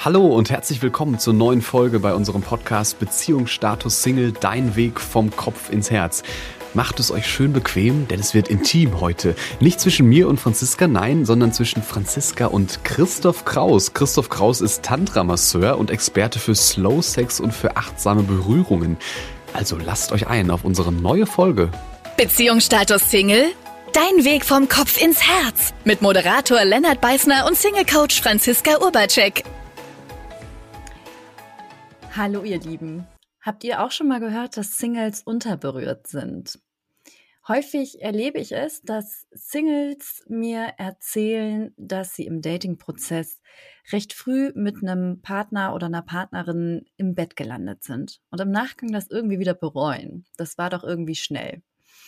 Hallo und herzlich willkommen zur neuen Folge bei unserem Podcast Beziehungsstatus Single, dein Weg vom Kopf ins Herz. Macht es euch schön bequem, denn es wird intim heute. Nicht zwischen mir und Franziska, nein, sondern zwischen Franziska und Christoph Kraus. Christoph Kraus ist Tantra-Masseur und Experte für Slow Sex und für achtsame Berührungen. Also lasst euch ein auf unsere neue Folge. Beziehungsstatus Single? Dein Weg vom Kopf ins Herz. Mit Moderator Lennart Beißner und Single-Coach Franziska Urbacek. Hallo ihr Lieben. Habt ihr auch schon mal gehört, dass Singles unterberührt sind? Häufig erlebe ich es, dass Singles mir erzählen, dass sie im Dating-Prozess recht früh mit einem Partner oder einer Partnerin im Bett gelandet sind und im Nachgang das irgendwie wieder bereuen. Das war doch irgendwie schnell.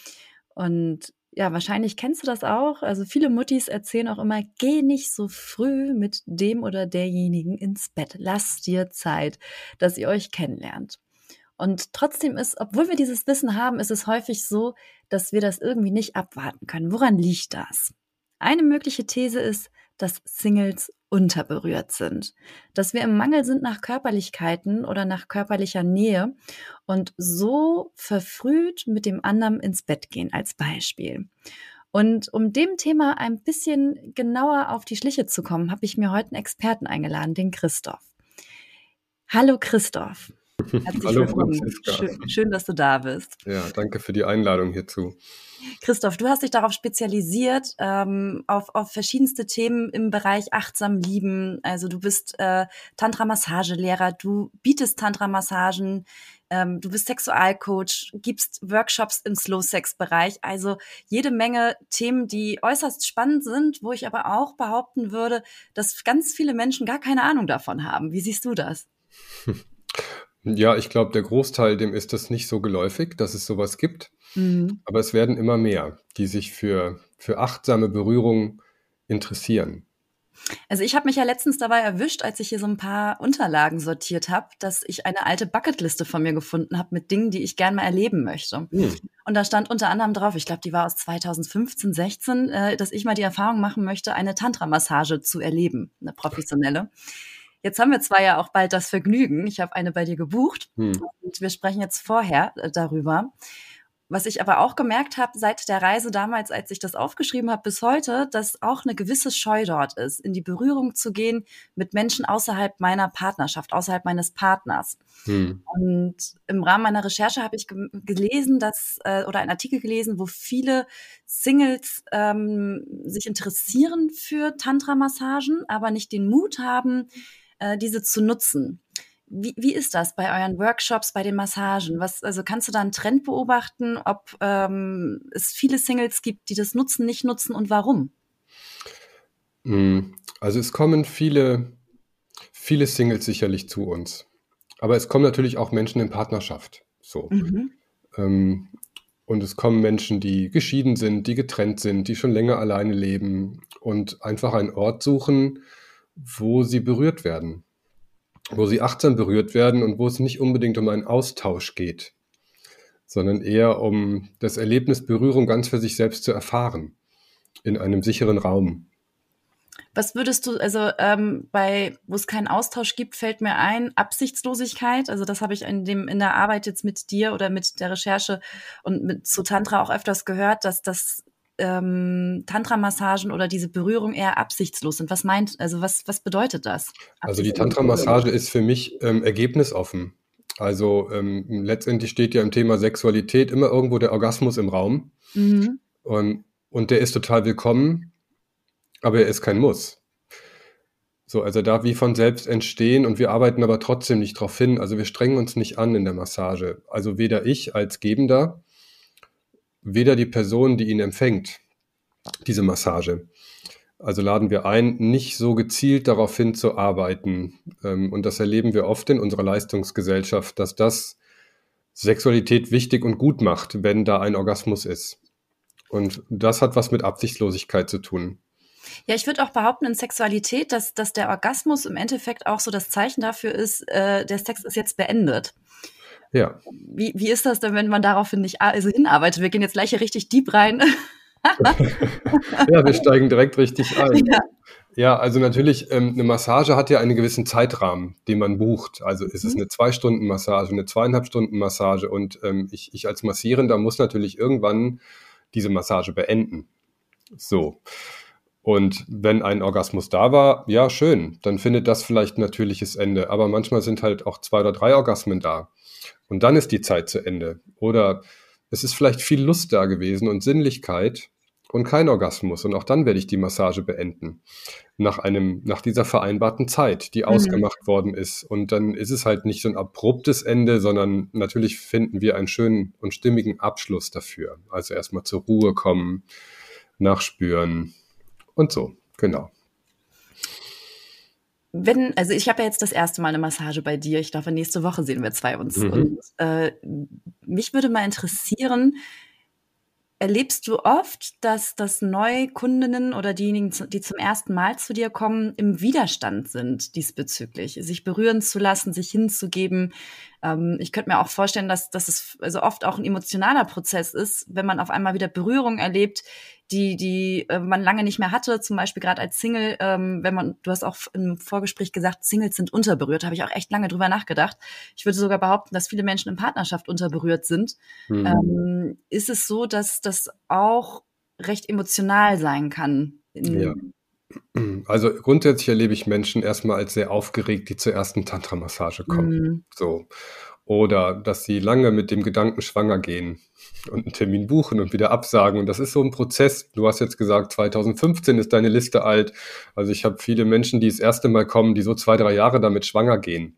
Und ja, wahrscheinlich kennst du das auch. Also viele Muttis erzählen auch immer, geh nicht so früh mit dem oder derjenigen ins Bett. Lass dir Zeit, dass ihr euch kennenlernt. Und trotzdem ist, obwohl wir dieses Wissen haben, ist es häufig so, dass wir das irgendwie nicht abwarten können. Woran liegt das? Eine mögliche These ist, dass Singles unterberührt sind, dass wir im Mangel sind nach Körperlichkeiten oder nach körperlicher Nähe und so verfrüht mit dem anderen ins Bett gehen als Beispiel. Und um dem Thema ein bisschen genauer auf die Schliche zu kommen, habe ich mir heute einen Experten eingeladen, den Christoph. Hallo Christoph. Herzlich Hallo willkommen. Franziska. Schön, dass du da bist. Ja, danke für die Einladung hierzu. Christoph, du hast dich darauf spezialisiert, auf verschiedenste Themen im Bereich achtsam lieben. Also du bist Tantra-Massagelehrer, du bietest Tantra-Massagen, du bist Sexualcoach, gibst Workshops im Slow-Sex-Bereich. Also jede Menge Themen, die äußerst spannend sind, wo ich aber auch behaupten würde, dass ganz viele Menschen gar keine Ahnung davon haben. Wie siehst du das? Ja, ich glaube, der Großteil, dem ist das nicht so geläufig, dass es sowas gibt. Aber es werden immer mehr, die sich für achtsame Berührung interessieren. Also ich habe mich ja letztens dabei erwischt, als ich hier so ein paar Unterlagen sortiert habe, dass ich eine alte Bucketliste von mir gefunden habe mit Dingen, die ich gerne mal erleben möchte. Und da stand unter anderem drauf, ich glaube, die war aus 2015, 16, dass ich mal die Erfahrung machen möchte, eine Tantra-Massage zu erleben, eine professionelle. Jetzt haben wir zwar ja auch bald das Vergnügen, ich habe eine bei dir gebucht und wir sprechen jetzt vorher darüber. Was ich aber auch gemerkt habe seit der Reise damals, als ich das aufgeschrieben habe, bis heute, dass auch eine gewisse Scheu dort ist, in die Berührung zu gehen mit Menschen außerhalb meiner Partnerschaft, außerhalb meines Partners. Und im Rahmen meiner Recherche habe ich gelesen, oder einen Artikel gelesen, wo viele Singles sich interessieren für Tantra-Massagen, aber nicht den Mut haben, diese zu nutzen. Wie ist das bei euren Workshops, bei den Massagen? Also kannst du da einen Trend beobachten, ob es viele Singles gibt, die das nutzen, nicht nutzen und warum? Also es kommen viele Singles sicherlich zu uns. Aber es kommen natürlich auch Menschen in Partnerschaft. So. Und es kommen Menschen, die geschieden sind, die getrennt sind, die schon länger alleine leben und einfach einen Ort suchen, wo sie berührt werden. Wo sie achtsam berührt werden und wo es nicht unbedingt um einen Austausch geht, sondern eher um das Erlebnis Berührung ganz für sich selbst zu erfahren, in einem sicheren Raum. Was würdest du, also wo es keinen Austausch gibt, fällt mir ein, Absichtslosigkeit. Also das habe ich in der Arbeit jetzt mit dir oder mit der Recherche und zu Tantra auch öfters gehört, dass das Tantra-Massagen oder diese Berührung eher absichtslos sind. Was bedeutet das? Also die Tantra-Massage ist für mich ergebnisoffen. Also letztendlich steht ja im Thema Sexualität immer irgendwo der Orgasmus im Raum. Und der ist total willkommen, aber er ist kein Muss. So, also er darf wie von selbst entstehen und wir arbeiten aber trotzdem nicht darauf hin. Also wir strengen uns nicht an in der Massage. Also weder ich als Gebender, weder die Person, die ihn empfängt, diese Massage. Also laden wir ein, nicht so gezielt darauf hinzuarbeiten. Und das erleben wir oft in unserer Leistungsgesellschaft, dass das Sexualität wichtig und gut macht, wenn da ein Orgasmus ist. Und das hat was mit Absichtslosigkeit zu tun. Ja, ich würde auch behaupten in Sexualität, dass der Orgasmus im Endeffekt auch so das Zeichen dafür ist, der Sex ist jetzt beendet. Ja. Wie ist das denn, wenn man daraufhin nicht hinarbeitet? Wir gehen jetzt gleich hier richtig deep rein. Ja, wir steigen direkt richtig ein. Ja, also natürlich, eine Massage hat ja einen gewissen Zeitrahmen, den man bucht. Also ist es eine 2-Stunden-Massage, eine 2,5-Stunden-Massage und ich als Massierender muss natürlich irgendwann diese Massage beenden. So. Und wenn ein Orgasmus da war, ja, schön, dann findet das vielleicht ein natürliches Ende. Aber manchmal sind halt auch 2 oder 3 Orgasmen da. Und dann ist die Zeit zu Ende. Oder es ist vielleicht viel Lust da gewesen und Sinnlichkeit und kein Orgasmus. Und auch dann werde ich die Massage beenden. Nach dieser vereinbarten Zeit, die ausgemacht worden ist. Und dann ist es halt nicht so ein abruptes Ende, sondern natürlich finden wir einen schönen und stimmigen Abschluss dafür. Also erstmal zur Ruhe kommen, nachspüren und so, genau. Also ich habe ja jetzt das erste Mal eine Massage bei dir. Ich glaube, nächste Woche sehen wir 2 uns. Und mich würde mal interessieren, erlebst du oft, dass Neukundinnen oder diejenigen, die zum ersten Mal zu dir kommen, im Widerstand sind diesbezüglich, sich berühren zu lassen, sich hinzugeben? Ich könnte mir auch vorstellen, dass es also oft auch ein emotionaler Prozess ist, wenn man auf einmal wieder Berührung erlebt, die man lange nicht mehr hatte, zum Beispiel gerade als Single, du hast auch im Vorgespräch gesagt, Singles sind unterberührt, habe ich auch echt lange drüber nachgedacht. Ich würde sogar behaupten, dass viele Menschen in Partnerschaft unterberührt sind. Ist es so, dass das auch recht emotional sein kann? Ja. Also grundsätzlich erlebe ich Menschen erstmal als sehr aufgeregt, die zur ersten Tantra-Massage kommen. So. Oder dass sie lange mit dem Gedanken schwanger gehen und einen Termin buchen und wieder absagen. Und das ist so ein Prozess. Du hast jetzt gesagt, 2015 ist deine Liste alt. Also ich habe viele Menschen, die das erste Mal kommen, die so 2, 3 Jahre damit schwanger gehen,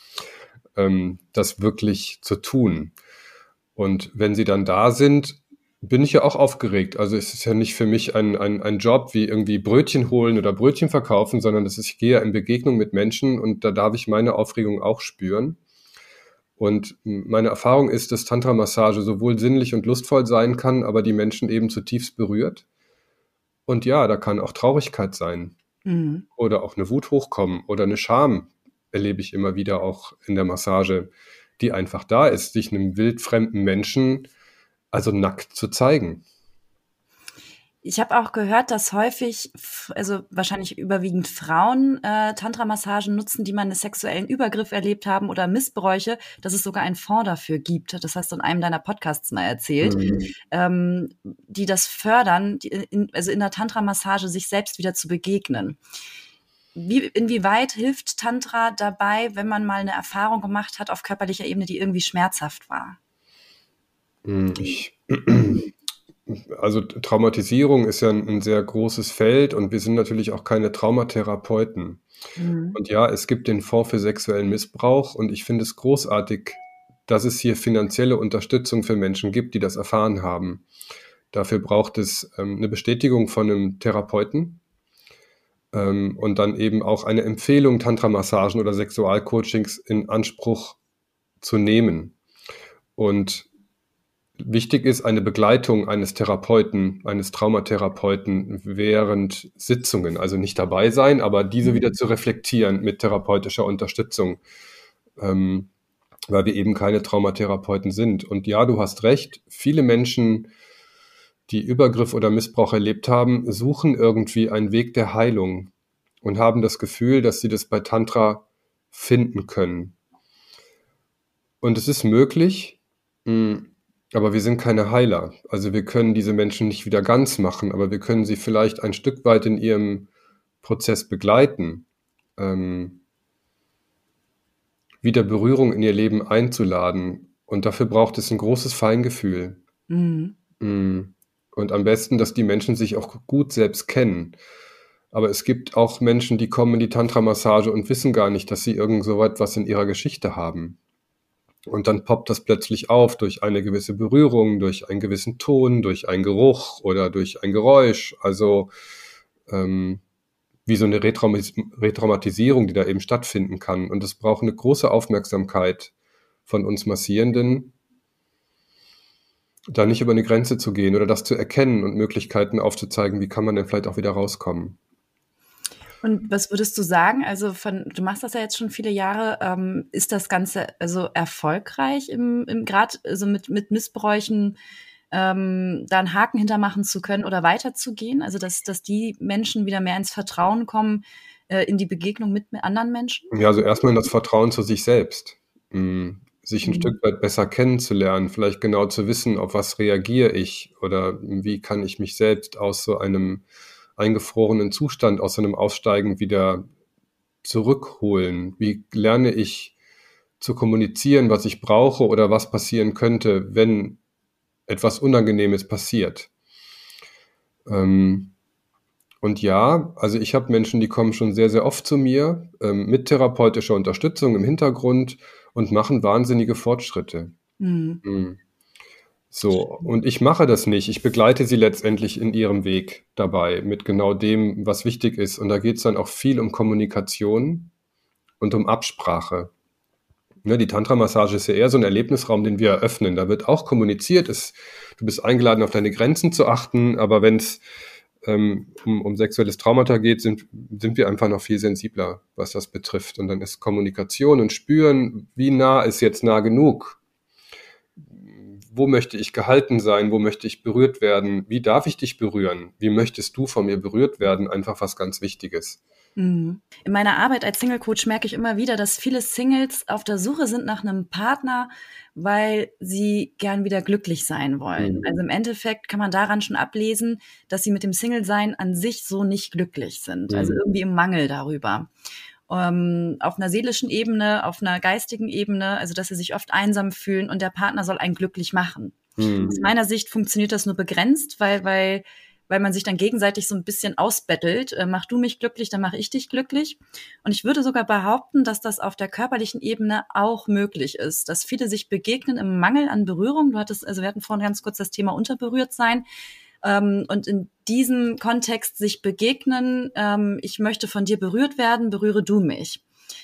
das wirklich zu tun. Und wenn sie dann da sind, bin ich ja auch aufgeregt. Also es ist ja nicht für mich ein Job wie irgendwie Brötchen holen oder Brötchen verkaufen, sondern ich gehe ja in Begegnung mit Menschen und da darf ich meine Aufregung auch spüren. Und meine Erfahrung ist, dass Tantra-Massage sowohl sinnlich und lustvoll sein kann, aber die Menschen eben zutiefst berührt. Und ja, da kann auch Traurigkeit sein. Oder auch eine Wut hochkommen oder eine Scham erlebe ich immer wieder auch in der Massage, die einfach da ist, sich einem wildfremden Menschen also nackt zu zeigen. Ich habe auch gehört, dass häufig, also wahrscheinlich überwiegend Frauen Tantra-Massagen nutzen, die mal einen sexuellen Übergriff erlebt haben oder Missbräuche, dass es sogar einen Fonds dafür gibt. Das hast du in einem deiner Podcasts mal erzählt, die das fördern, in der Tantra-Massage sich selbst wieder zu begegnen. Inwieweit hilft Tantra dabei, wenn man mal eine Erfahrung gemacht hat auf körperlicher Ebene, die irgendwie schmerzhaft war? Also Traumatisierung ist ja ein sehr großes Feld und wir sind natürlich auch keine Traumatherapeuten. Und ja, es gibt den Fonds für sexuellen Missbrauch und ich finde es großartig, dass es hier finanzielle Unterstützung für Menschen gibt, die das erfahren haben. Dafür braucht es eine Bestätigung von einem Therapeuten und dann eben auch eine Empfehlung, Tantra-Massagen oder Sexualcoachings in Anspruch zu nehmen. Und wichtig ist eine Begleitung eines Therapeuten, eines Traumatherapeuten während Sitzungen, also nicht dabei sein, aber diese wieder zu reflektieren mit therapeutischer Unterstützung, weil wir eben keine Traumatherapeuten sind. Und ja, du hast recht, viele Menschen, die Übergriff oder Missbrauch erlebt haben, suchen irgendwie einen Weg der Heilung und haben das Gefühl, dass sie das bei Tantra finden können. Und es ist möglich, aber wir sind keine Heiler. Also wir können diese Menschen nicht wieder ganz machen, aber wir können sie vielleicht ein Stück weit in ihrem Prozess begleiten, wieder Berührung in ihr Leben einzuladen. Und dafür braucht es ein großes Feingefühl. Und am besten, dass die Menschen sich auch gut selbst kennen. Aber es gibt auch Menschen, die kommen in die Tantra-Massage und wissen gar nicht, dass sie irgend so etwas in ihrer Geschichte haben. Und dann poppt das plötzlich auf durch eine gewisse Berührung, durch einen gewissen Ton, durch einen Geruch oder durch ein Geräusch. Also wie so eine Retraumatisierung, die da eben stattfinden kann. Und es braucht eine große Aufmerksamkeit von uns Massierenden, da nicht über eine Grenze zu gehen oder das zu erkennen und Möglichkeiten aufzuzeigen, wie kann man denn vielleicht auch wieder rauskommen. Und was würdest du sagen? Also du machst das ja jetzt schon viele Jahre. Ist das Ganze also erfolgreich gerade also mit Missbräuchen da einen Haken hintermachen zu können oder weiterzugehen? Also dass die Menschen wieder mehr ins Vertrauen kommen, in die Begegnung mit anderen Menschen? Ja, also erstmal in das Vertrauen zu sich selbst. Sich ein Stück weit besser kennenzulernen, vielleicht genau zu wissen, auf was reagiere ich oder wie kann ich mich selbst aus so einem eingefrorenen Zustand, aus so einem Aussteigen wieder zurückholen. Wie lerne ich zu kommunizieren, was ich brauche oder was passieren könnte, wenn etwas Unangenehmes passiert. Und ja, also ich habe Menschen, die kommen schon sehr, sehr oft zu mir mit therapeutischer Unterstützung im Hintergrund und machen wahnsinnige Fortschritte. So, und ich mache das nicht. Ich begleite sie letztendlich in ihrem Weg dabei mit genau dem, was wichtig ist. Und da geht es dann auch viel um Kommunikation und um Absprache. Ne, die Tantra-Massage ist ja eher so ein Erlebnisraum, den wir eröffnen. Da wird auch kommuniziert. Du bist eingeladen, auf deine Grenzen zu achten. Aber wenn es um sexuelles Traumata geht, sind wir einfach noch viel sensibler, was das betrifft. Und dann ist Kommunikation und Spüren, wie nah ist jetzt nah genug? Wo möchte ich gehalten sein? Wo möchte ich berührt werden? Wie darf ich dich berühren? Wie möchtest du von mir berührt werden? Einfach was ganz Wichtiges. In meiner Arbeit als Single-Coach merke ich immer wieder, dass viele Singles auf der Suche sind nach einem Partner, weil sie gern wieder glücklich sein wollen. Also im Endeffekt kann man daran schon ablesen, dass sie mit dem Single-Sein an sich so nicht glücklich sind. Also irgendwie im Mangel darüber. Auf einer seelischen Ebene, auf einer geistigen Ebene, also dass sie sich oft einsam fühlen und der Partner soll einen glücklich machen. Aus meiner Sicht funktioniert das nur begrenzt, weil man sich dann gegenseitig so ein bisschen ausbettelt. Mach du mich glücklich, dann mache ich dich glücklich. Und ich würde sogar behaupten, dass das auf der körperlichen Ebene auch möglich ist, dass viele sich begegnen im Mangel an Berührung. Wir hatten vorhin ganz kurz das Thema Unterberührtsein. Und in diesem Kontext sich begegnen, ich möchte von dir berührt werden, berühre du mich.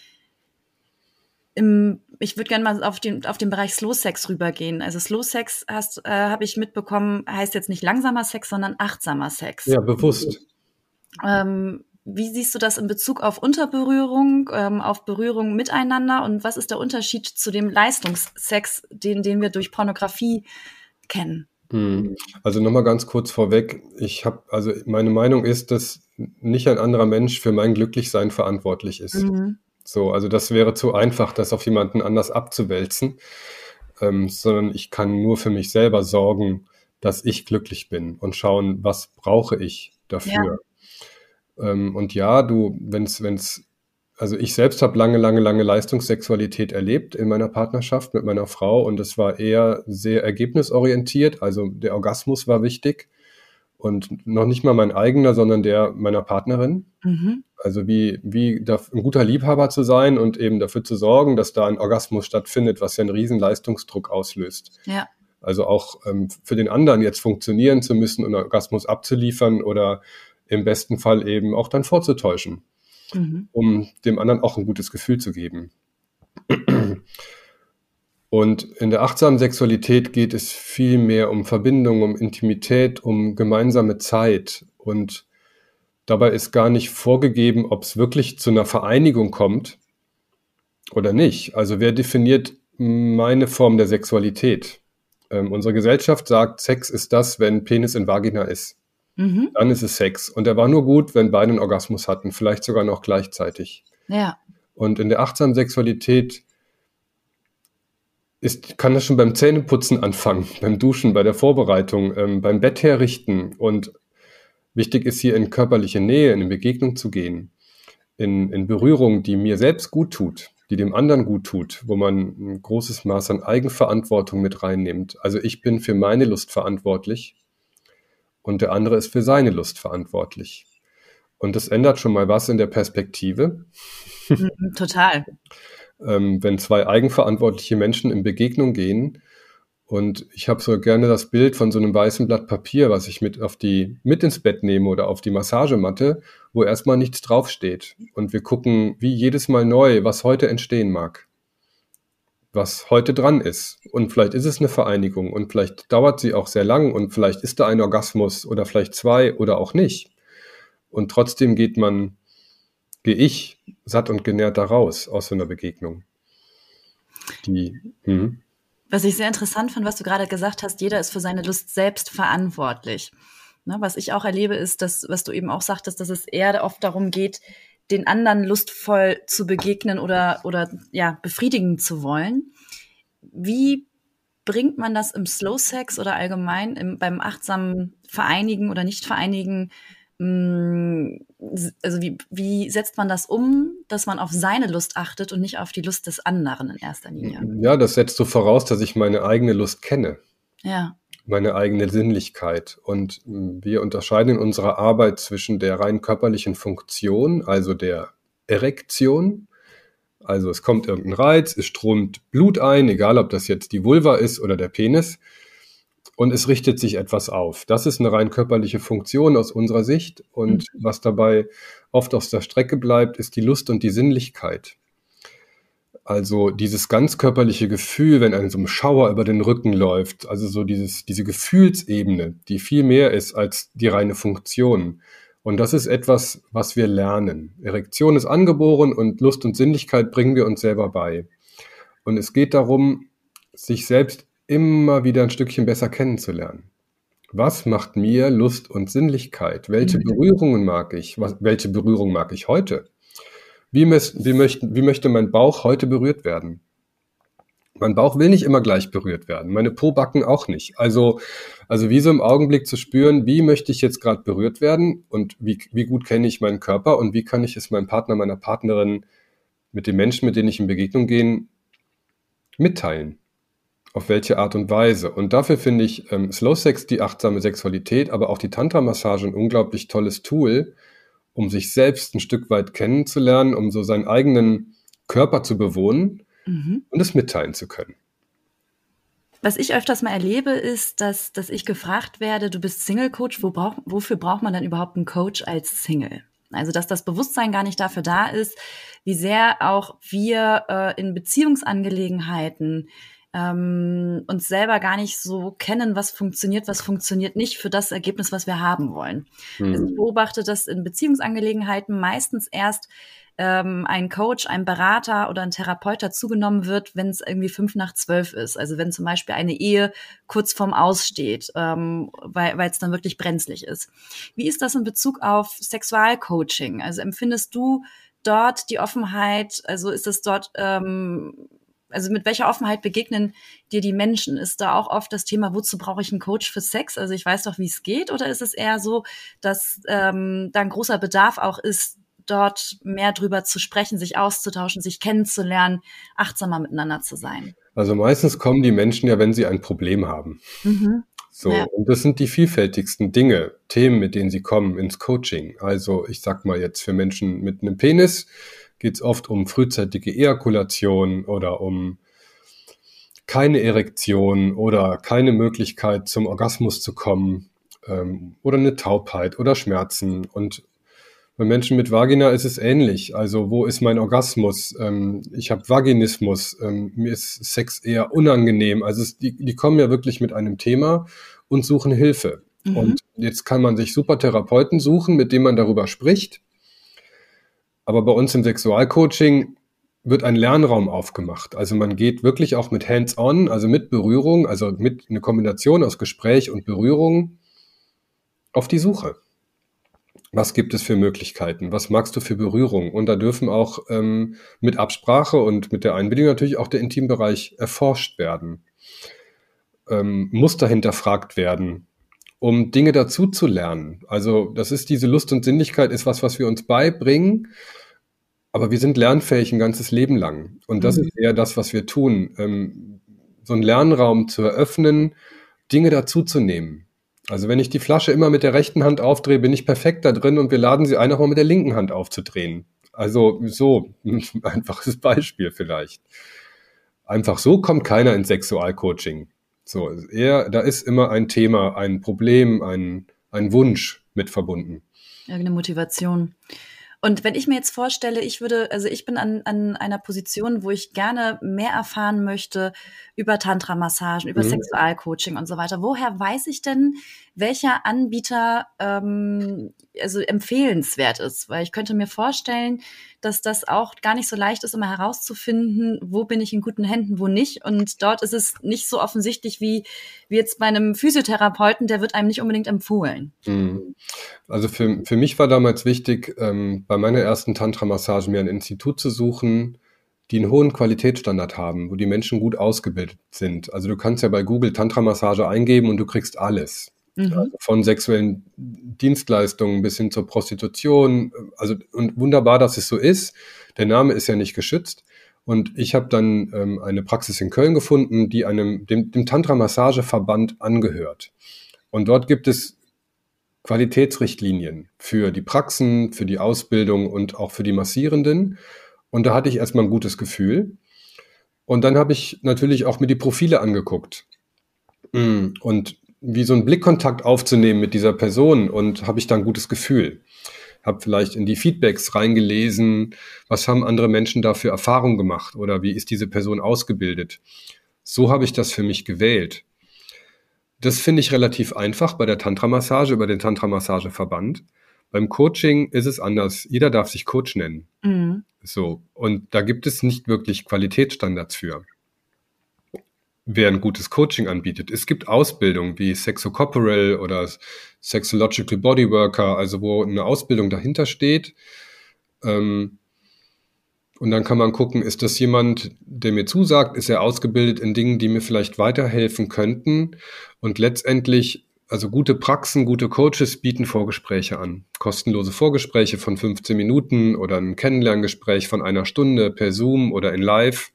Ich würde gerne mal auf den Bereich Slow Sex rübergehen. Also Slow Sex habe ich mitbekommen, heißt jetzt nicht langsamer Sex, sondern achtsamer Sex. Ja, bewusst. Wie siehst du das in Bezug auf Unterberührung, auf Berührung miteinander? Und was ist der Unterschied zu dem Leistungssex, den wir durch Pornografie kennen? Also nochmal ganz kurz vorweg. Meine Meinung ist, dass nicht ein anderer Mensch für mein Glücklichsein verantwortlich ist. So, also das wäre zu einfach, das auf jemanden anders abzuwälzen, sondern ich kann nur für mich selber sorgen, dass ich glücklich bin und schauen, was brauche ich dafür. Ja. Und ja, also ich selbst habe lange Leistungssexualität erlebt in meiner Partnerschaft mit meiner Frau und es war eher sehr ergebnisorientiert, also der Orgasmus war wichtig und noch nicht mal mein eigener, sondern der meiner Partnerin. Also wie ein guter Liebhaber zu sein und eben dafür zu sorgen, dass da ein Orgasmus stattfindet, was ja einen riesen Leistungsdruck auslöst. Ja. Also auch für den anderen jetzt funktionieren zu müssen und einen Orgasmus abzuliefern oder im besten Fall eben auch dann vorzutäuschen, um dem anderen auch ein gutes Gefühl zu geben. Und in der achtsamen Sexualität geht es viel mehr um Verbindung, um Intimität, um gemeinsame Zeit. Und dabei ist gar nicht vorgegeben, ob es wirklich zu einer Vereinigung kommt oder nicht. Also wer definiert meine Form der Sexualität? Unsere Gesellschaft sagt, Sex ist das, wenn Penis in Vagina ist. Dann ist es Sex. Und der war nur gut, wenn beide einen Orgasmus hatten, vielleicht sogar noch gleichzeitig. Ja. Und in der achtsamen Sexualität kann das schon beim Zähneputzen anfangen, beim Duschen, bei der Vorbereitung, beim Bett herrichten. Und wichtig ist hier in körperliche Nähe, in Begegnung zu gehen, in Berührung, die mir selbst gut tut, die dem anderen gut tut, wo man ein großes Maß an Eigenverantwortung mit reinnimmt. Also ich bin für meine Lust verantwortlich und der andere ist für seine Lust verantwortlich. Und das ändert schon mal was in der Perspektive. Total. Wenn zwei eigenverantwortliche Menschen in Begegnung gehen. Und ich habe so gerne das Bild von so einem weißen Blatt Papier, was ich mit ins Bett nehme oder auf die Massagematte, wo erstmal nichts draufsteht. Und wir gucken wie jedes Mal neu, was heute entstehen mag. Was heute dran ist. Und vielleicht ist es eine Vereinigung und vielleicht dauert sie auch sehr lang und vielleicht ist da ein Orgasmus oder vielleicht zwei oder auch nicht. Und trotzdem gehe ich satt und genährt da raus aus so einer Begegnung. Was ich sehr interessant fand, was du gerade gesagt hast, jeder ist für seine Lust selbst verantwortlich. Ne, was ich auch erlebe, ist, dass, was du eben auch sagtest, dass es eher oft darum geht, den anderen lustvoll zu begegnen oder ja, befriedigen zu wollen. Wie bringt man das im Slow Sex oder allgemein beim achtsamen Vereinigen oder Nicht-Vereinigen? Also wie setzt man das um, dass man auf seine Lust achtet und nicht auf die Lust des anderen in erster Linie? Ja, das setzt so voraus, dass ich meine eigene Lust kenne. Ja. Meine eigene Sinnlichkeit. Und wir unterscheiden in unserer Arbeit zwischen der rein körperlichen Funktion, also der Erektion. Also es kommt irgendein Reiz, es strömt Blut ein, egal ob das jetzt die Vulva ist oder der Penis. Und es richtet sich etwas auf. Das ist eine rein körperliche Funktion aus unserer Sicht. Und was dabei oft auf der Strecke bleibt, ist die Lust und die Sinnlichkeit. Also dieses ganz körperliche Gefühl, wenn einem so ein Schauer über den Rücken läuft, also so diese Gefühlsebene, die viel mehr ist als die reine Funktion. Und das ist etwas, was wir lernen. Erektion ist angeboren und Lust und Sinnlichkeit bringen wir uns selber bei. Und es geht darum, sich selbst immer wieder ein Stückchen besser kennenzulernen. Was macht mir Lust und Sinnlichkeit? Welche Berührungen mag ich? Welche Berührung mag ich heute? Wie möchte mein Bauch heute berührt werden? Mein Bauch will nicht immer gleich berührt werden, meine Pobacken auch nicht. Also wie so im Augenblick zu spüren, wie möchte ich jetzt gerade berührt werden und wie gut kenne ich meinen Körper und wie kann ich es meinem Partner, meiner Partnerin, mit den Menschen, mit denen ich in Begegnung gehe, mitteilen. Auf welche Art und Weise. Und dafür finde ich Slow Sex, die achtsame Sexualität, aber auch die Tantra-Massage ein unglaublich tolles Tool, um sich selbst ein Stück weit kennenzulernen, um so seinen eigenen Körper zu bewohnen und es mitteilen zu können. Was ich öfters mal erlebe, ist, dass ich gefragt werde, du bist Single-Coach, wofür braucht man dann überhaupt einen Coach als Single? Also, dass das Bewusstsein gar nicht dafür da ist, wie sehr auch wir in Beziehungsangelegenheiten uns selber gar nicht so kennen, was funktioniert nicht für das Ergebnis, was wir haben wollen. Also ich beobachte, dass in Beziehungsangelegenheiten meistens erst ein Coach, ein Berater oder ein Therapeut dazugenommen wird, wenn es irgendwie 11:55 ist. Also wenn zum Beispiel eine Ehe kurz vorm Aus steht, weil es dann wirklich brenzlig ist. Wie ist das in Bezug auf Sexualcoaching? Also empfindest du dort die Offenheit, also ist es dort also mit welcher Offenheit begegnen dir die Menschen? Ist da auch oft das Thema, wozu brauche ich einen Coach für Sex? Also ich weiß doch, wie es geht. Oder ist es eher so, dass da ein großer Bedarf auch ist, dort mehr drüber zu sprechen, sich auszutauschen, sich kennenzulernen, achtsamer miteinander zu sein? Also meistens kommen die Menschen ja, wenn sie ein Problem haben. So, ja. Und das sind die vielfältigsten Dinge, Themen, mit denen sie kommen ins Coaching. Also ich sag mal jetzt für Menschen mit einem Penis geht es oft um frühzeitige Ejakulation oder um keine Erektion oder keine Möglichkeit zum Orgasmus zu kommen oder eine Taubheit oder Schmerzen. Und bei Menschen mit Vagina ist es ähnlich. Also wo ist mein Orgasmus? Ich habe Vaginismus. Mir ist Sex eher unangenehm. Also die kommen ja wirklich mit einem Thema und suchen Hilfe. Und jetzt kann man sich super Therapeuten suchen, mit denen man darüber spricht. Aber bei uns im Sexualcoaching wird ein Lernraum aufgemacht. Also man geht wirklich auch mit Hands-on, also mit Berührung, also mit einer Kombination aus Gespräch und Berührung auf die Suche. Was gibt es für Möglichkeiten? Was magst du für Berührung? Und da dürfen auch mit Absprache und mit der Einbindung natürlich auch der Intimbereich erforscht werden. Muster hinterfragt werden, um Dinge dazu zu lernen. Also das ist diese Lust und Sinnlichkeit ist was wir uns beibringen, aber wir sind lernfähig ein ganzes Leben lang. Und das ist eher das, was wir tun, so einen Lernraum zu eröffnen, Dinge dazuzunehmen. Also wenn ich die Flasche immer mit der rechten Hand aufdrehe, bin ich perfekt da drin und wir laden sie ein, auch mal mit der linken Hand aufzudrehen. Also so, ein einfaches Beispiel vielleicht. Einfach so kommt keiner ins Sexualcoaching. So, da ist immer ein Thema, ein Problem, ein Wunsch mit verbunden. Irgendeine Motivation. Und wenn ich mir jetzt vorstelle, ich bin an einer Position, wo ich gerne mehr erfahren möchte über Tantra-Massagen, über Sexualcoaching und so weiter. Woher weiß ich denn, welcher Anbieter also empfehlenswert ist. Weil ich könnte mir vorstellen, dass das auch gar nicht so leicht ist, immer herauszufinden, wo bin ich in guten Händen, wo nicht. Und dort ist es nicht so offensichtlich wie jetzt bei einem Physiotherapeuten, der wird einem nicht unbedingt empfohlen. Also für mich war damals wichtig, bei meiner ersten Tantra-Massage mir ein Institut zu suchen, die einen hohen Qualitätsstandard haben, wo die Menschen gut ausgebildet sind. Also du kannst ja bei Google Tantra-Massage eingeben und du kriegst alles. Also von sexuellen Dienstleistungen bis hin zur Prostitution. Also und wunderbar, dass es so ist. Der Name ist ja nicht geschützt. Und ich habe dann eine Praxis in Köln gefunden, die dem Tantra-Massage-Verband angehört. Und dort gibt es Qualitätsrichtlinien für die Praxen, für die Ausbildung und auch für die Massierenden. Und da hatte ich erstmal ein gutes Gefühl. Und dann habe ich natürlich auch mir die Profile angeguckt. Und wie so einen Blickkontakt aufzunehmen mit dieser Person, und habe ich da ein gutes Gefühl. Habe vielleicht in die Feedbacks reingelesen, was haben andere Menschen da für Erfahrungen gemacht oder wie ist diese Person ausgebildet. So habe ich das für mich gewählt. Das finde ich relativ einfach bei der Tantra-Massage über den Tantra-Massage-Verband. Beim Coaching ist es anders. Jeder darf sich Coach nennen. So. Und da gibt es nicht wirklich Qualitätsstandards für, wer ein gutes Coaching anbietet. Es gibt Ausbildungen wie Sexocorporal oder Sexological Bodyworker, also wo eine Ausbildung dahinter steht. Und dann kann man gucken, ist das jemand, der mir zusagt, ist er ausgebildet in Dingen, die mir vielleicht weiterhelfen könnten. Und letztendlich, also gute Praxen, gute Coaches bieten Vorgespräche an. Kostenlose Vorgespräche von 15 Minuten oder ein Kennenlerngespräch von 1 Stunde per Zoom oder in Live.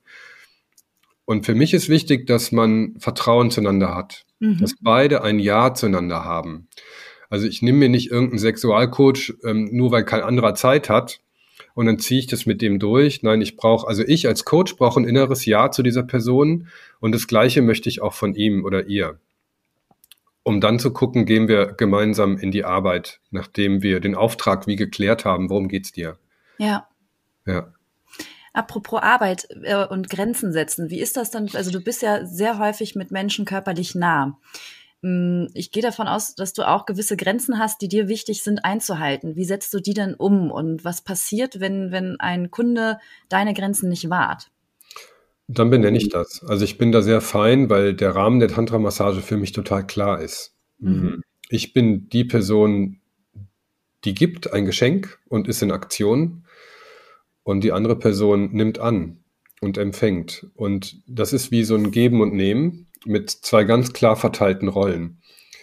Und für mich ist wichtig, dass man Vertrauen zueinander hat, dass beide ein Ja zueinander haben. Also ich nehme mir nicht irgendeinen Sexualcoach, nur weil kein anderer Zeit hat und dann ziehe ich das mit dem durch. Nein, ich als Coach brauche ein inneres Ja zu dieser Person und das Gleiche möchte ich auch von ihm oder ihr. Um dann zu gucken, gehen wir gemeinsam in die Arbeit, nachdem wir den Auftrag wie geklärt haben, worum geht's dir? Ja. Ja. Apropos Arbeit und Grenzen setzen, wie ist das dann? Also du bist ja sehr häufig mit Menschen körperlich nah. Ich gehe davon aus, dass du auch gewisse Grenzen hast, die dir wichtig sind einzuhalten. Wie setzt du die denn um? Und was passiert, wenn ein Kunde deine Grenzen nicht wahrt? Dann benenne ich das. Also ich bin da sehr fein, weil der Rahmen der Tantra-Massage für mich total klar ist. Ich bin die Person, die gibt ein Geschenk und ist in Aktion. Und die andere Person nimmt an und empfängt. Und das ist wie so ein Geben und Nehmen mit 2 ganz klar verteilten Rollen.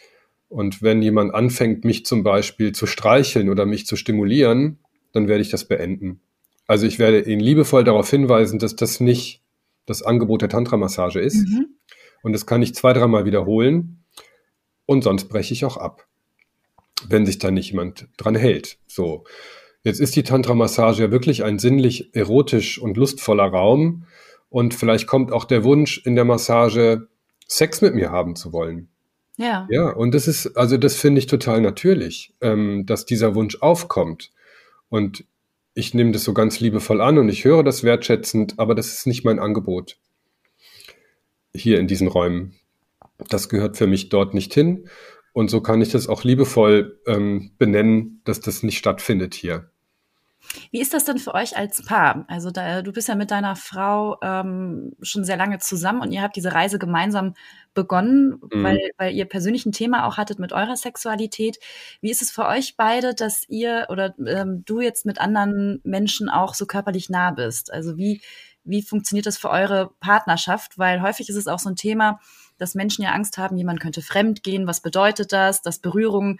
Und wenn jemand anfängt, mich zum Beispiel zu streicheln oder mich zu stimulieren, dann werde ich das beenden. Also ich werde ihn liebevoll darauf hinweisen, dass das nicht das Angebot der Tantra-Massage ist. Und das kann ich 2-3 Mal wiederholen. Und sonst breche ich auch ab, wenn sich da nicht jemand dran hält. So. Jetzt ist die Tantra-Massage ja wirklich ein sinnlich erotisch und lustvoller Raum und vielleicht kommt auch der Wunsch in der Massage, Sex mit mir haben zu wollen. Ja. Ja, und das finde ich total natürlich, dass dieser Wunsch aufkommt. Und ich nehme das so ganz liebevoll an und ich höre das wertschätzend, aber das ist nicht mein Angebot hier in diesen Räumen. Das gehört für mich dort nicht hin. Und so kann ich das auch liebevoll benennen, dass das nicht stattfindet hier. Wie ist das denn für euch als Paar? Also du bist ja mit deiner Frau schon sehr lange zusammen und ihr habt diese Reise gemeinsam begonnen, weil ihr persönlich ein Thema auch hattet mit eurer Sexualität. Wie ist es für euch beide, dass ihr oder du jetzt mit anderen Menschen auch so körperlich nah bist? Also wie funktioniert das für eure Partnerschaft? Weil häufig ist es auch so ein Thema, dass Menschen ja Angst haben, jemand könnte fremd gehen. Was bedeutet das? Dass Berührung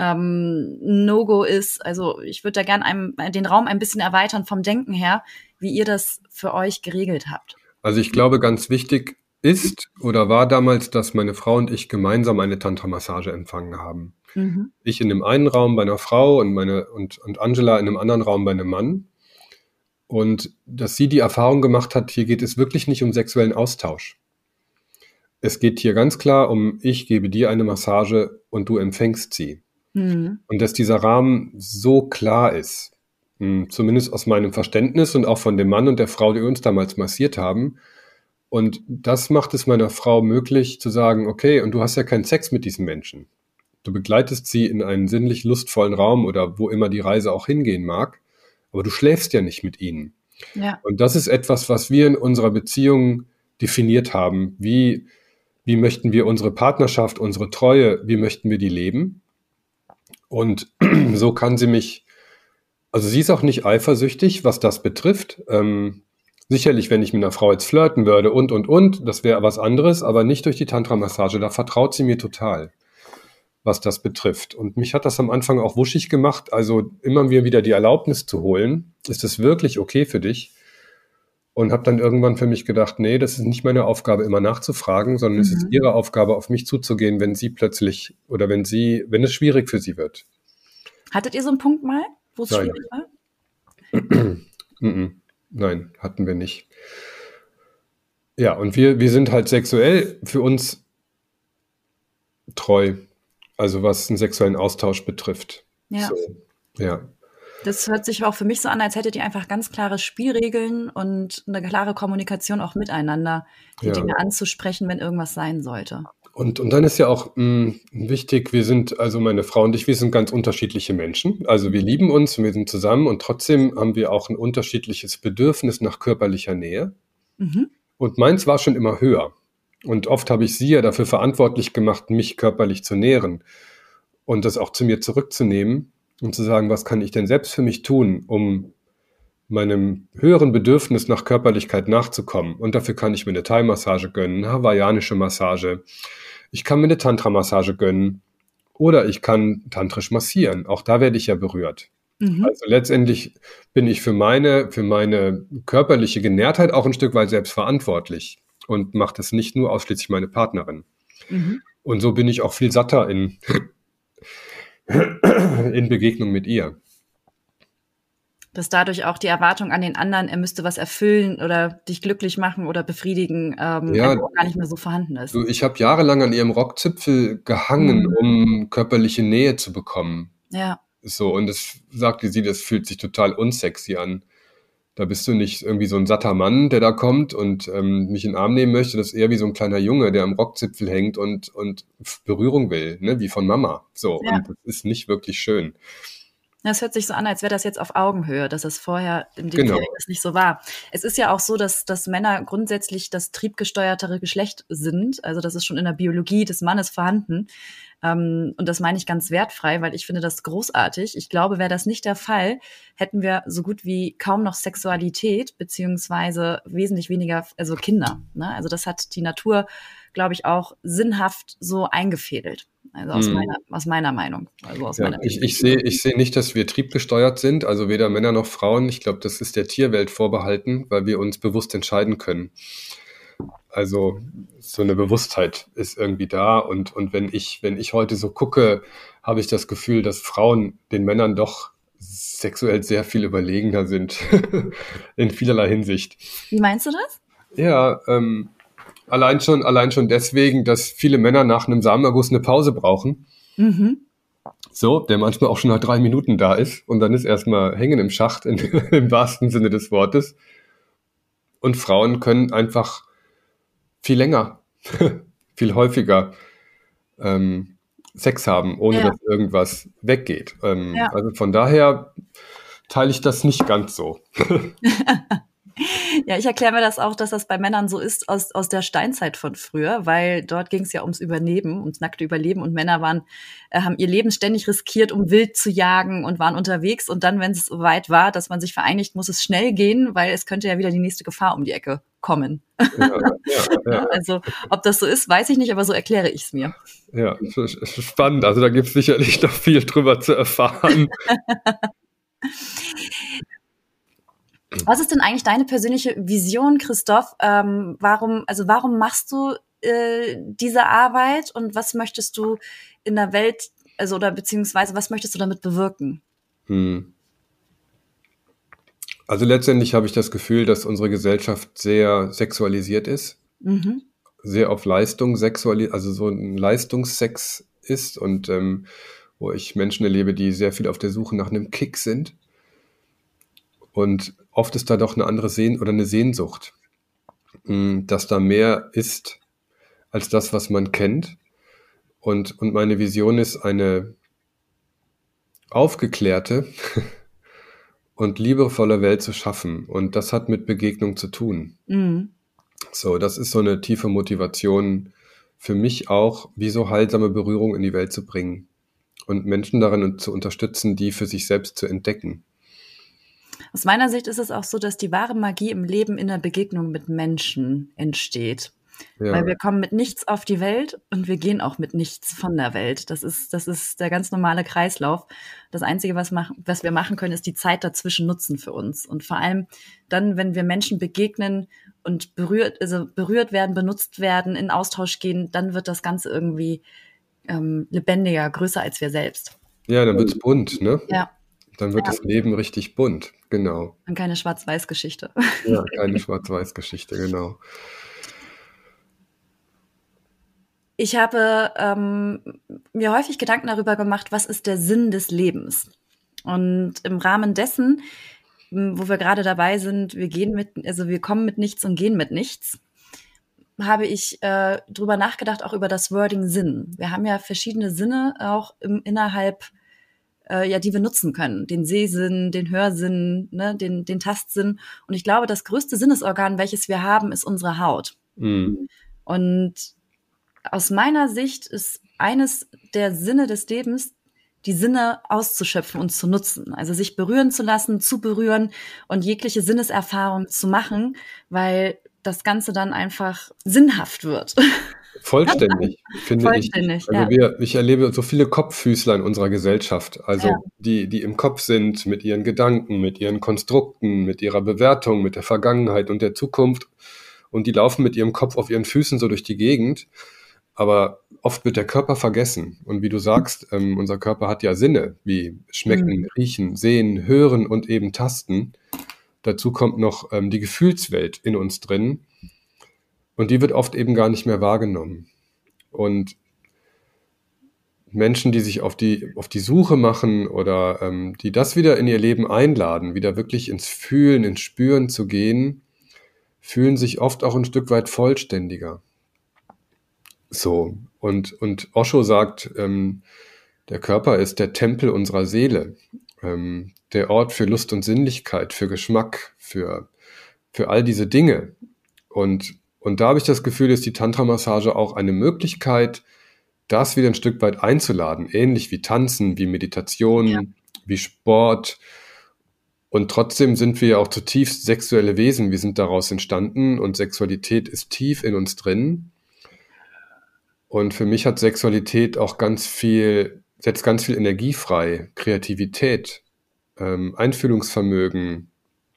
No-Go ist. Also ich würde da gerne den Raum ein bisschen erweitern vom Denken her, wie ihr das für euch geregelt habt. Also ich glaube, ganz wichtig ist oder war damals, dass meine Frau und ich gemeinsam eine Tantra-Massage empfangen haben. Ich in dem einen Raum bei einer Frau und Angela in einem anderen Raum bei einem Mann. Und dass sie die Erfahrung gemacht hat, hier geht es wirklich nicht um sexuellen Austausch. Es geht hier ganz klar um, ich gebe dir eine Massage und du empfängst sie. Und dass dieser Rahmen so klar ist, zumindest aus meinem Verständnis und auch von dem Mann und der Frau, die uns damals massiert haben. Und das macht es meiner Frau möglich zu sagen, okay, und du hast ja keinen Sex mit diesem Menschen. Du begleitest sie in einen sinnlich lustvollen Raum oder wo immer die Reise auch hingehen mag, aber du schläfst ja nicht mit ihnen. Ja. Und das ist etwas, was wir in unserer Beziehung definiert haben. Wie möchten wir unsere Partnerschaft, unsere Treue, wie möchten wir die leben? Und so kann sie mich, also sie ist auch nicht eifersüchtig, was das betrifft. Sicherlich, wenn ich mit einer Frau jetzt flirten würde und, das wäre was anderes, aber nicht durch die Tantra-Massage. Da vertraut sie mir total, was das betrifft. Und mich hat das am Anfang auch wuschig gemacht, also immer mir wieder die Erlaubnis zu holen. Ist es wirklich okay für dich? Und habe dann irgendwann für mich gedacht, nee, das ist nicht meine Aufgabe, immer nachzufragen, sondern es ist ihre Aufgabe, auf mich zuzugehen, wenn sie plötzlich oder wenn es schwierig für sie wird. Hattet ihr so einen Punkt mal, wo es schwierig war? Nein, hatten wir nicht. Ja, und wir sind halt sexuell für uns treu, also was einen sexuellen Austausch betrifft. Ja. So, ja. Das hört sich auch für mich so an, als hättet ihr einfach ganz klare Spielregeln und eine klare Kommunikation auch miteinander, die Dinge anzusprechen, wenn irgendwas sein sollte. Und dann ist ja auch wichtig, wir sind, also meine Frau und ich, wir sind ganz unterschiedliche Menschen. Also wir lieben uns, wir sind zusammen und trotzdem haben wir auch ein unterschiedliches Bedürfnis nach körperlicher Nähe. Und meins war schon immer höher. Und oft habe ich sie ja dafür verantwortlich gemacht, mich körperlich zu nähren und das auch zu mir zurückzunehmen und zu sagen, was kann ich denn selbst für mich tun, um meinem höheren Bedürfnis nach Körperlichkeit nachzukommen. Und dafür kann ich mir eine Thai-Massage gönnen, eine hawaiianische Massage. Ich kann mir eine Tantra-Massage gönnen oder ich kann tantrisch massieren. Auch da werde ich ja berührt. Also letztendlich bin ich für meine körperliche Genährtheit auch ein Stück weit selbst verantwortlich und mache das nicht nur ausschließlich meine Partnerin. Und so bin ich auch viel satter in Begegnung mit ihr. Dass dadurch auch die Erwartung an den anderen, er müsste was erfüllen oder dich glücklich machen oder befriedigen, gar nicht mehr so vorhanden ist. Ich habe jahrelang an ihrem Rockzipfel gehangen, um körperliche Nähe zu bekommen. Ja. So, und das sagte sie, das fühlt sich total unsexy an. Da bist du nicht irgendwie so ein satter Mann, der da kommt und mich in den Arm nehmen möchte. Das ist eher wie so ein kleiner Junge, der am Rockzipfel hängt und Berührung will, ne? Wie von Mama. So, Ja. und das ist nicht wirklich schön. Das hört sich so an, als wäre das jetzt auf Augenhöhe, dass es vorher in dem Verhältnis nicht so war. Es ist ja auch so, dass Männer grundsätzlich das triebgesteuertere Geschlecht sind. Also das ist schon in der Biologie des Mannes vorhanden. Und das meine ich ganz wertfrei, weil ich finde das großartig. Ich glaube, wäre das nicht der Fall, hätten wir so gut wie kaum noch Sexualität, beziehungsweise wesentlich weniger, also Kinder. Ne? Also das hat die Natur, glaube ich, auch sinnhaft so eingefädelt. Also aus meiner Meinung. Also aus meiner ich sehe nicht, dass wir triebgesteuert sind, also weder Männer noch Frauen. Ich glaube, das ist der Tierwelt vorbehalten, weil wir uns bewusst entscheiden können. Also so eine Bewusstheit ist irgendwie da und wenn ich heute so gucke, habe ich das Gefühl, dass Frauen den Männern doch sexuell sehr viel überlegener sind in vielerlei Hinsicht. Wie meinst du das? Ja, allein schon deswegen, dass viele Männer nach einem Samenerguss eine Pause brauchen. So, der manchmal auch schon nach 3 Minuten da ist und dann ist erstmal hängen im Schacht im wahrsten Sinne des Wortes. Und Frauen können einfach viel länger, viel häufiger Sex haben, ohne dass irgendwas weggeht. Also von daher teile ich das nicht ganz so. Ja, ich erkläre mir das auch, dass das bei Männern so ist aus der Steinzeit von früher, weil dort ging es ja ums Überleben, ums nackte Überleben und Männer haben ihr Leben ständig riskiert, um wild zu jagen und waren unterwegs und dann, wenn es soweit war, dass man sich vereinigt, muss es schnell gehen, weil es könnte ja wieder die nächste Gefahr um die Ecke kommen. Ja. Also, ob das so ist, weiß ich nicht, aber so erkläre ich es mir. Ja, spannend. Also da gibt es sicherlich noch viel drüber zu erfahren. Was ist denn eigentlich deine persönliche Vision, Christoph? Warum machst du diese Arbeit und was möchtest du in der Welt, beziehungsweise was möchtest du damit bewirken? Also letztendlich habe ich das Gefühl, dass unsere Gesellschaft sehr sexualisiert ist, sehr auf Leistung also so ein Leistungssex ist und wo ich Menschen erlebe, die sehr viel auf der Suche nach einem Kick sind. Und oft ist da doch eine andere eine Sehnsucht, dass da mehr ist als das, was man kennt. Und meine Vision ist eine aufgeklärte und liebevolle Welt zu schaffen. Und das hat mit Begegnung zu tun. Mhm. So, das ist so eine tiefe Motivation für mich auch, wie so heilsame Berührung in die Welt zu bringen und Menschen darin zu unterstützen, die für sich selbst zu entdecken. Aus meiner Sicht ist es auch so, dass die wahre Magie im Leben in der Begegnung mit Menschen entsteht. Ja. Weil wir kommen mit nichts auf die Welt und wir gehen auch mit nichts von der Welt. Das ist der ganz normale Kreislauf. Das Einzige, was wir machen können, ist die Zeit dazwischen nutzen für uns. Und vor allem dann, wenn wir Menschen begegnen und berührt werden, benutzt werden, in Austausch gehen, dann wird das Ganze irgendwie lebendiger, größer als wir selbst. Ja, dann wird's bunt, ne? Ja. Dann wird das Leben richtig bunt, genau. Und keine Schwarz-Weiß-Geschichte. Ja, keine Schwarz-Weiß-Geschichte, genau. Ich habe mir häufig Gedanken darüber gemacht, was ist der Sinn des Lebens? Und im Rahmen dessen, wo wir gerade dabei sind, wir kommen mit nichts und gehen mit nichts, habe ich drüber nachgedacht, auch über das Wording Sinn. Wir haben ja verschiedene Sinne auch innerhalb, die wir nutzen können. Den Sehsinn, den Hörsinn, ne, den Tastsinn. Und ich glaube, das größte Sinnesorgan, welches wir haben, ist unsere Haut. Mhm. Und aus meiner Sicht ist eines der Sinne des Lebens, die Sinne auszuschöpfen und zu nutzen. Also sich berühren zu lassen, zu berühren und jegliche Sinneserfahrung zu machen, weil das Ganze dann einfach sinnhaft wird. Vollständig, finde Vollständig, ich. Also ich erlebe so viele Kopffüßler in unserer Gesellschaft, also die im Kopf sind, mit ihren Gedanken, mit ihren Konstrukten, mit ihrer Bewertung, mit der Vergangenheit und der Zukunft. Und die laufen mit ihrem Kopf auf ihren Füßen so durch die Gegend. Aber oft wird der Körper vergessen. Und wie du sagst, unser Körper hat ja Sinne, wie schmecken, riechen, sehen, hören und eben tasten. Dazu kommt noch die Gefühlswelt in uns drin. Und die wird oft eben gar nicht mehr wahrgenommen. Und Menschen, die sich auf die Suche machen oder die das wieder in ihr Leben einladen, wieder wirklich ins Fühlen, ins Spüren zu gehen, fühlen sich oft auch ein Stück weit vollständiger. So, und Osho sagt, der Körper ist der Tempel unserer Seele, der Ort für Lust und Sinnlichkeit, für Geschmack, für all diese Dinge. Und da habe ich das Gefühl, ist die Tantra-Massage auch eine Möglichkeit, das wieder ein Stück weit einzuladen, ähnlich wie Tanzen, wie Meditation, wie Sport. Und trotzdem sind wir ja auch zutiefst sexuelle Wesen. Wir sind daraus entstanden und Sexualität ist tief in uns drin. Und für mich hat Sexualität auch setzt ganz viel Energie frei, Kreativität, Einfühlungsvermögen.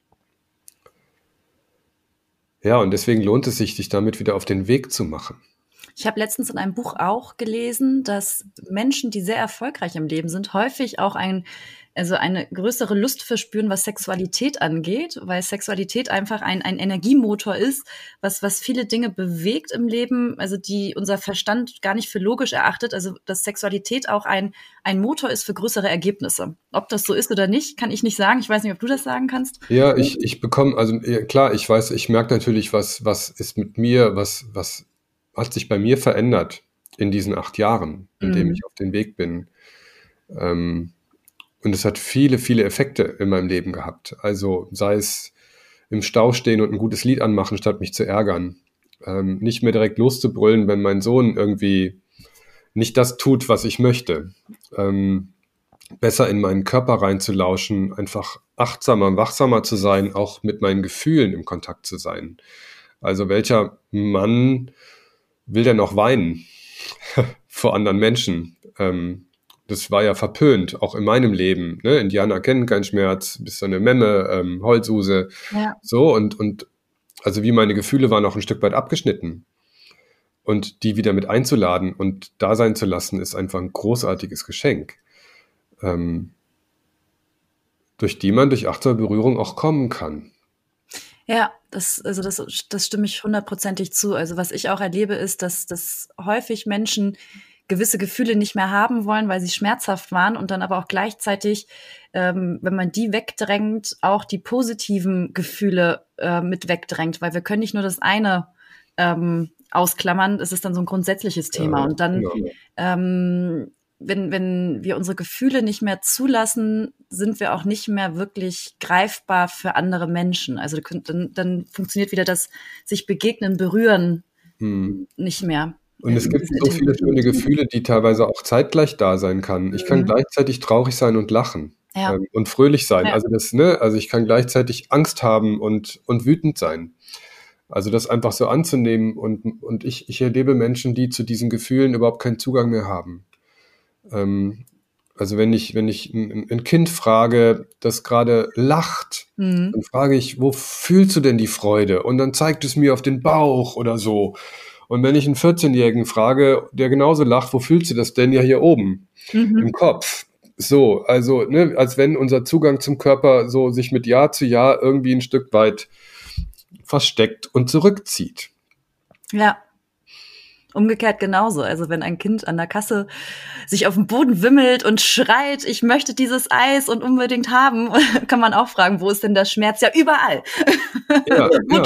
Ja, und deswegen lohnt es sich damit wieder auf den Weg zu machen. Ich habe letztens in einem Buch auch gelesen, dass Menschen, die sehr erfolgreich im Leben sind, häufig auch eine größere Lust verspüren, was Sexualität angeht, weil Sexualität einfach ein Energiemotor ist, was viele Dinge bewegt im Leben, also die unser Verstand gar nicht für logisch erachtet, also dass Sexualität auch ein Motor ist für größere Ergebnisse. Ob das so ist oder nicht, kann ich nicht sagen. Ich weiß nicht, ob du das sagen kannst. Ja, ich bekomme, also klar, ich weiß, ich merke natürlich, was ist mit mir, was hat sich bei mir verändert in diesen 8 Jahren, in dem ich auf dem Weg bin. Und es hat viele, viele Effekte in meinem Leben gehabt. Also sei es im Stau stehen und ein gutes Lied anmachen, statt mich zu ärgern. Nicht mehr direkt loszubrüllen, wenn mein Sohn irgendwie nicht das tut, was ich möchte. Besser in meinen Körper reinzulauschen, einfach achtsamer und wachsamer zu sein, auch mit meinen Gefühlen im Kontakt zu sein. Also welcher Mann will denn noch weinen vor anderen Menschen? Das war ja verpönt, auch in meinem Leben. Ne? Indianer kennen keinen Schmerz, bist so eine Memme, Heulsuse. Ja. So, und also wie meine Gefühle waren auch ein Stück weit abgeschnitten. Und die wieder mit einzuladen und da sein zu lassen, ist einfach ein großartiges Geschenk, durch die man durch achtsame Berührung auch kommen kann. Ja, das stimme ich 100%ig zu. Also was ich auch erlebe, ist, dass häufig Menschen gewisse Gefühle nicht mehr haben wollen, weil sie schmerzhaft waren und dann aber auch gleichzeitig, wenn man die wegdrängt, auch die positiven Gefühle mit wegdrängt, weil wir können nicht nur das eine ausklammern, ist es dann so ein grundsätzliches Thema. Ja, und dann, genau. Wenn wir unsere Gefühle nicht mehr zulassen, sind wir auch nicht mehr wirklich greifbar für andere Menschen. Also dann funktioniert wieder das sich begegnen, berühren nicht mehr. Und es gibt so viele schöne Gefühle, die teilweise auch zeitgleich da sein kann. Ich kann gleichzeitig traurig sein und lachen und fröhlich sein. Ja. Also ich kann gleichzeitig Angst haben und wütend sein. Also das einfach so anzunehmen und ich erlebe Menschen, die zu diesen Gefühlen überhaupt keinen Zugang mehr haben. Also wenn ich ein Kind frage, das gerade lacht, dann frage ich, wo fühlst du denn die Freude? Und dann zeigt es mir auf den Bauch oder so. Und wenn ich einen 14-Jährigen frage, der genauso lacht, wo fühlst du das denn? Ja, hier oben, im Kopf. So, also, ne, als wenn unser Zugang zum Körper so sich mit Jahr zu Jahr irgendwie ein Stück weit versteckt und zurückzieht. Ja. Umgekehrt genauso. Also wenn ein Kind an der Kasse sich auf den Boden wimmelt und schreit, ich möchte dieses Eis und unbedingt haben, kann man auch fragen, wo ist denn der Schmerz? Ja, überall. Ja,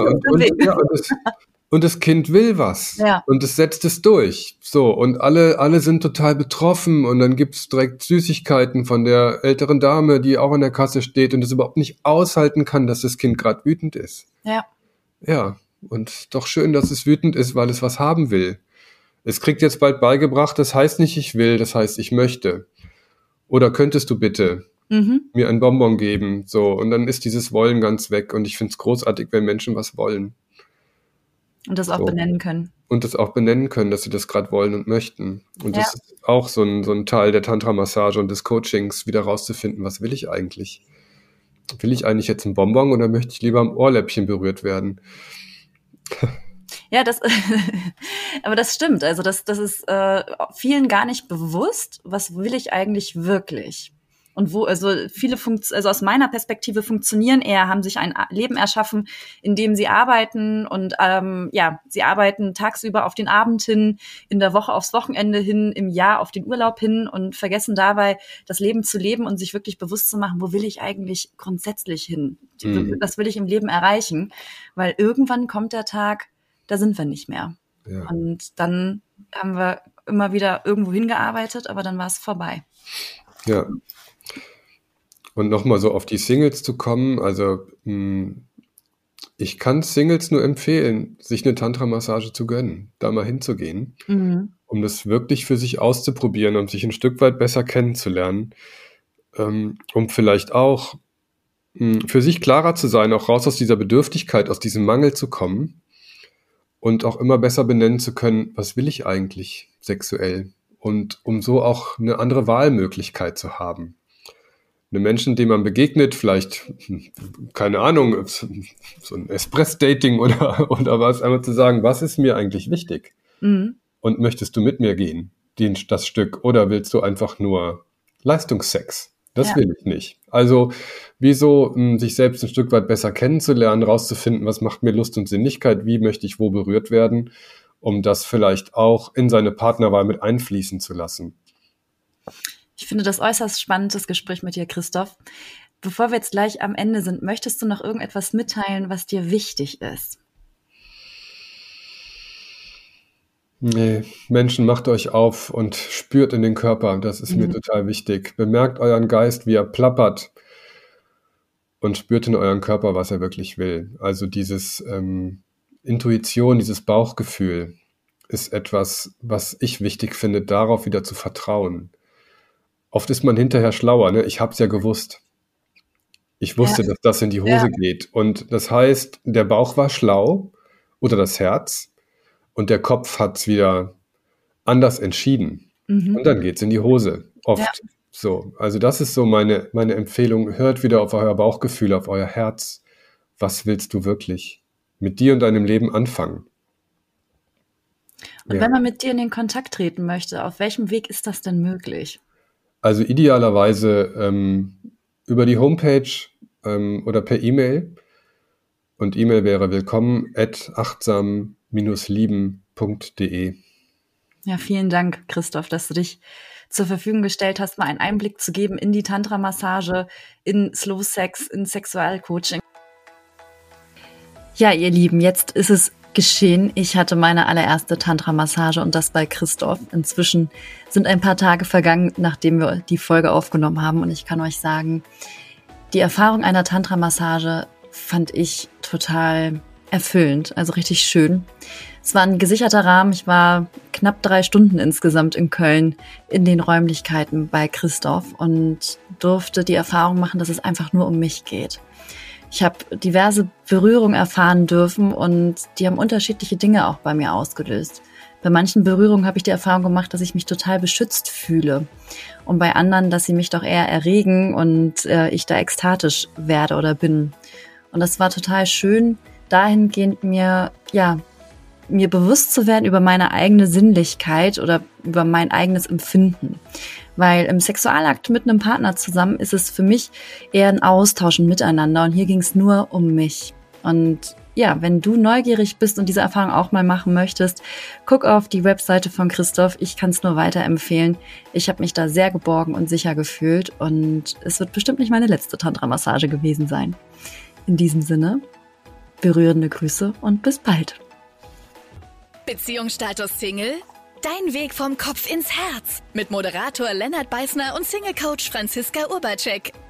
und das Kind will was. Ja. Und es setzt es durch. So, und alle sind total betroffen und dann gibt's direkt Süßigkeiten von der älteren Dame, die auch an der Kasse steht und es überhaupt nicht aushalten kann, dass das Kind gerade wütend ist. Ja. Ja, und doch schön, dass es wütend ist, weil es was haben will. Es kriegt jetzt bald beigebracht, das heißt nicht, ich will, das heißt, ich möchte. Oder könntest du bitte mir ein Bonbon geben? So, und dann ist dieses Wollen ganz weg. Und ich finde es großartig, wenn Menschen was wollen. Und das auch benennen können. Und das auch benennen können, dass sie das gerade wollen und möchten. Und das ist auch so ein Teil der Tantra-Massage und des Coachings, wieder rauszufinden, was will ich eigentlich? Will ich eigentlich jetzt einen Bonbon oder möchte ich lieber am Ohrläppchen berührt werden? Ja, aber das stimmt. Also das ist vielen gar nicht bewusst, was will ich eigentlich wirklich? Und also viele also aus meiner Perspektive funktionieren eher, haben sich ein Leben erschaffen, in dem sie arbeiten und sie arbeiten tagsüber auf den Abend hin, in der Woche aufs Wochenende hin, im Jahr auf den Urlaub hin und vergessen dabei, das Leben zu leben und sich wirklich bewusst zu machen, wo will ich eigentlich grundsätzlich hin? Das will ich im Leben erreichen, weil irgendwann kommt der Tag, da sind wir nicht mehr. Ja. Und dann haben wir immer wieder irgendwo hingearbeitet, aber dann war es vorbei. Ja. Und nochmal so auf die Singles zu kommen, also ich kann Singles nur empfehlen, sich eine Tantra-Massage zu gönnen, da mal hinzugehen, um das wirklich für sich auszuprobieren, um sich ein Stück weit besser kennenzulernen, um vielleicht auch für sich klarer zu sein, auch raus aus dieser Bedürftigkeit, aus diesem Mangel zu kommen und auch immer besser benennen zu können, was will ich eigentlich sexuell? Und um so auch eine andere Wahlmöglichkeit zu haben. Eine Menschen, dem man begegnet, vielleicht, keine Ahnung, so ein Espress-Dating oder was, einmal zu sagen, was ist mir eigentlich wichtig? Und möchtest du mit mir gehen, das Stück, oder willst du einfach nur Leistungssex? Das will ich nicht. Also, wieso sich selbst ein Stück weit besser kennenzulernen, rauszufinden, was macht mir Lust und Sinnlichkeit, wie möchte ich wo berührt werden, um das vielleicht auch in seine Partnerwahl mit einfließen zu lassen. Ich finde das äußerst spannend, das Gespräch mit dir, Christoph. Bevor wir jetzt gleich am Ende sind, möchtest du noch irgendetwas mitteilen, was dir wichtig ist? Nee, Menschen, macht euch auf und spürt in den Körper. Das ist mir total wichtig. Bemerkt euren Geist, wie er plappert und spürt in euren Körper, was er wirklich will. Also dieses Intuition, dieses Bauchgefühl ist etwas, was ich wichtig finde, darauf wieder zu vertrauen. Oft ist man hinterher schlauer, ne? Ich hab's ja gewusst. Ich wusste, dass das in die Hose geht. Und das heißt, der Bauch war schlau oder das Herz und der Kopf hat's wieder anders entschieden. Und dann geht's in die Hose. Oft so. Also das ist so meine Empfehlung. Hört wieder auf euer Bauchgefühl, auf euer Herz. Was willst du wirklich mit dir und deinem Leben anfangen? Und wenn man mit dir in den Kontakt treten möchte, auf welchem Weg ist das denn möglich? Also idealerweise über die Homepage oder per E-Mail. Und E-Mail wäre willkommen@achtsam-lieben.de. Ja, vielen Dank, Christoph, dass du dich zur Verfügung gestellt hast, mal einen Einblick zu geben in die Tantra-Massage, in Slow Sex, in Sexualcoaching. Ja, ihr Lieben, jetzt ist es geschehen. Ich hatte meine allererste Tantra-Massage und das bei Christoph. Inzwischen sind ein paar Tage vergangen, nachdem wir die Folge aufgenommen haben. Und ich kann euch sagen, die Erfahrung einer Tantra-Massage fand ich total erfüllend, also richtig schön. Es war ein gesicherter Rahmen. Ich war knapp 3 Stunden insgesamt in Köln in den Räumlichkeiten bei Christoph und durfte die Erfahrung machen, dass es einfach nur um mich geht. Ich habe diverse Berührungen erfahren dürfen und die haben unterschiedliche Dinge auch bei mir ausgelöst. Bei manchen Berührungen habe ich die Erfahrung gemacht, dass ich mich total beschützt fühle und bei anderen, dass sie mich doch eher erregen und ich da ekstatisch werde oder bin. Und das war total schön, dahingehend mir bewusst zu werden über meine eigene Sinnlichkeit oder über mein eigenes Empfinden. Weil im Sexualakt mit einem Partner zusammen ist es für mich eher ein Austausch und Miteinander und hier ging es nur um mich. Und ja, wenn du neugierig bist und diese Erfahrung auch mal machen möchtest, guck auf die Webseite von Christoph. Ich kann es nur weiterempfehlen. Ich habe mich da sehr geborgen und sicher gefühlt und es wird bestimmt nicht meine letzte Tantra-Massage gewesen sein. In diesem Sinne, berührende Grüße und bis bald. Beziehungsstatus Single? Dein Weg vom Kopf ins Herz. Mit Moderator Lennart Beißner und Single-Coach Franziska Urbacek.